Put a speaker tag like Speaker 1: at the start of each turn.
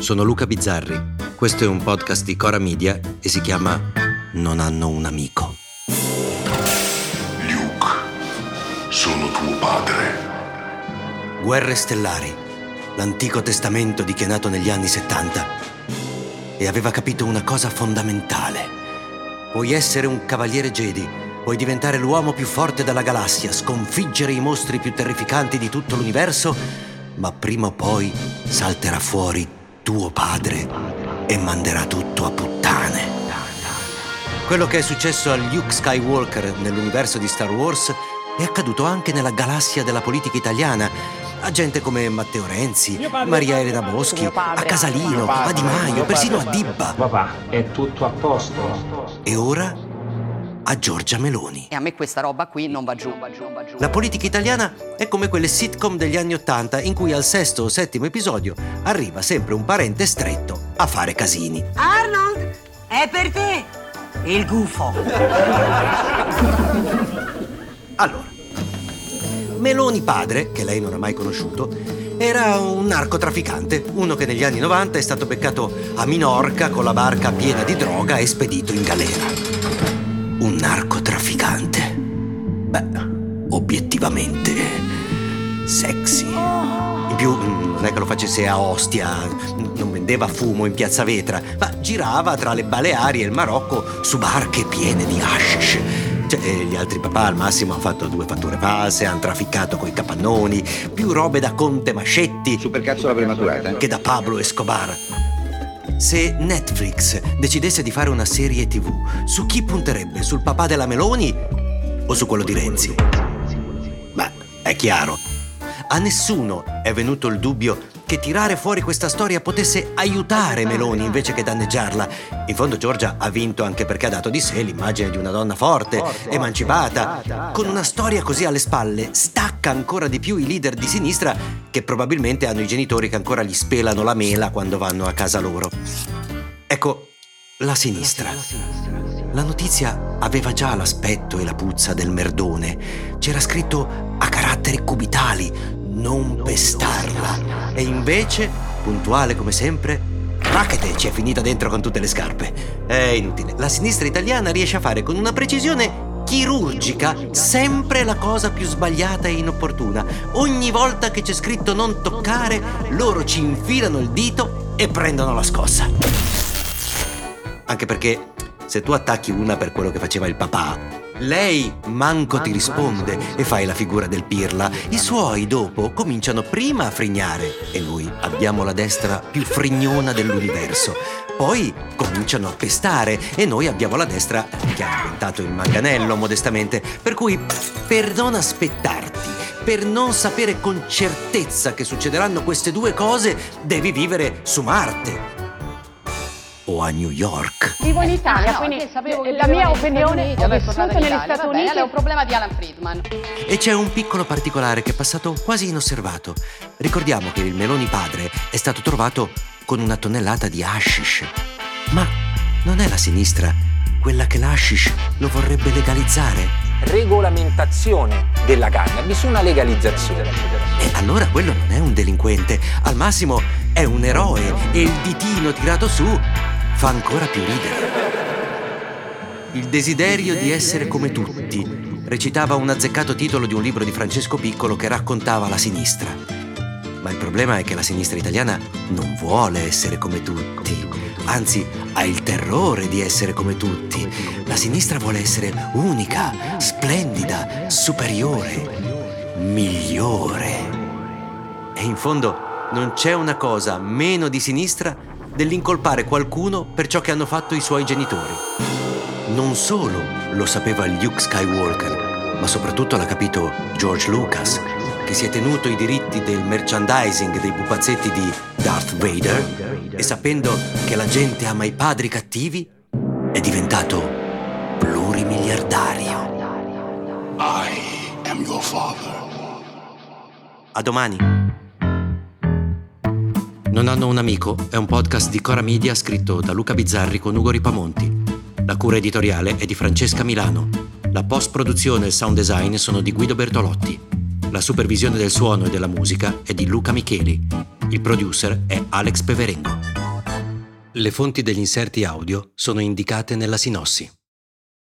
Speaker 1: sono Luca Bizzarri. Questo è un podcast di Cora Media e si chiama Non hanno un amico.
Speaker 2: Luke, sono tuo padre.
Speaker 1: Guerre stellari, l'Antico Testamento di chi è nato negli anni 70 e aveva capito una cosa fondamentale. Puoi essere un cavaliere Jedi, puoi diventare l'uomo più forte della galassia, sconfiggere i mostri più terrificanti di tutto l'universo, ma prima o poi salterà fuori tuo padre e manderà tutto a puttane. Quello che è successo a Luke Skywalker nell'universo di Star Wars è accaduto anche nella galassia della politica italiana, a gente come Matteo Renzi, Maria Elena Boschi, a Casalino, a Di Maio, persino a Dibba.
Speaker 3: Papà, è tutto a posto.
Speaker 1: E ora a Giorgia Meloni.
Speaker 4: E a me questa roba qui non va giù.
Speaker 1: La politica italiana è come quelle sitcom degli anni '80 in cui al sesto o settimo episodio arriva sempre un parente stretto a fare casini.
Speaker 5: Arnold, è per te! Il gufo.
Speaker 1: Allora, Meloni padre, che lei non ha mai conosciuto, era un narcotrafficante, uno che negli anni '90 è stato beccato a Minorca con la barca piena di droga e spedito in galera. Un narcotrafficante. Beh, obiettivamente sexy. In più, non è che lo facesse a Ostia, non vendeva fumo in Piazza Vetra, ma girava tra le Baleari e il Marocco su barche piene di hashish. Cioè, gli altri papà al massimo hanno fatto 2 fatture false, hanno trafficato coi capannoni, più robe da Conte Mascetti.
Speaker 6: Supercazzo la prematurata.
Speaker 1: Che da Pablo Escobar. Se Netflix decidesse di fare una serie TV, su chi punterebbe? Sul papà della Meloni o su quello di Renzi? Beh, è chiaro. A nessuno è venuto il dubbio che tirare fuori questa storia potesse aiutare Meloni invece che danneggiarla. In fondo Giorgia ha vinto anche perché ha dato di sé l'immagine di una donna forte, emancipata. Con una storia così alle spalle stacca ancora di più i leader di sinistra che probabilmente hanno i genitori che ancora gli spelano la mela quando vanno a casa loro. Ecco, la sinistra. La notizia aveva già l'aspetto e la puzza del merdone. C'era scritto a caratteri cubitali: non pestarla. E invece, puntuale come sempre, racchete, ci è finita dentro con tutte le scarpe. È inutile. La sinistra italiana riesce a fare con una precisione chirurgica sempre la cosa più sbagliata e inopportuna. Ogni volta che c'è scritto non toccare, loro ci infilano il dito e prendono la scossa. Anche perché se tu attacchi una per quello che faceva il papà, lei manco ti risponde e fai la figura del pirla. I suoi dopo cominciano prima a frignare e noi abbiamo la destra più frignona dell'universo. Poi cominciano a pestare e noi abbiamo la destra che ha inventato il manganello modestamente. Per cui, per non aspettarti, per non sapere con certezza che succederanno queste due cose, devi vivere su Marte o a New York.
Speaker 7: Vivo in Italia, quindi sapevo che la mia opinione, ho vissuto negli Stati Uniti.
Speaker 4: È un problema di Alan Friedman.
Speaker 1: E c'è un piccolo particolare che è passato quasi inosservato. Ricordiamo che il Meloni padre è stato trovato con 1 tonnellata di hashish. Ma non è la sinistra quella che l'hashish lo vorrebbe legalizzare?
Speaker 3: Regolamentazione della cannabis, una legalizzazione.
Speaker 1: E allora quello non è un delinquente, al massimo è un eroe e il ditino tirato su fa ancora più ridere. Il desiderio di essere come tutti recitava un azzeccato titolo di un libro di Francesco Piccolo che raccontava la sinistra. Ma il problema è che la sinistra italiana non vuole essere come tutti, anzi ha il terrore di essere come tutti. La sinistra vuole essere unica, splendida, superiore, migliore. E in fondo non c'è una cosa meno di sinistra dell'incolpare qualcuno per ciò che hanno fatto i suoi genitori. Non solo lo sapeva Luke Skywalker, ma soprattutto l'ha capito George Lucas, che si è tenuto i diritti del merchandising dei pupazzetti di Darth Vader e sapendo che la gente ama i padri cattivi è diventato plurimiliardario.
Speaker 2: I am your father.
Speaker 1: A domani. Non hanno un amico è un podcast di Cora Media scritto da Luca Bizzarri con Ugo Ripamonti. La cura editoriale è di Francesca Milano. La post-produzione e il sound design sono di Guido Bertolotti. La supervisione del suono e della musica è di Luca Micheli. Il producer è Alex Peverengo. Le fonti degli inserti audio sono indicate nella sinossi.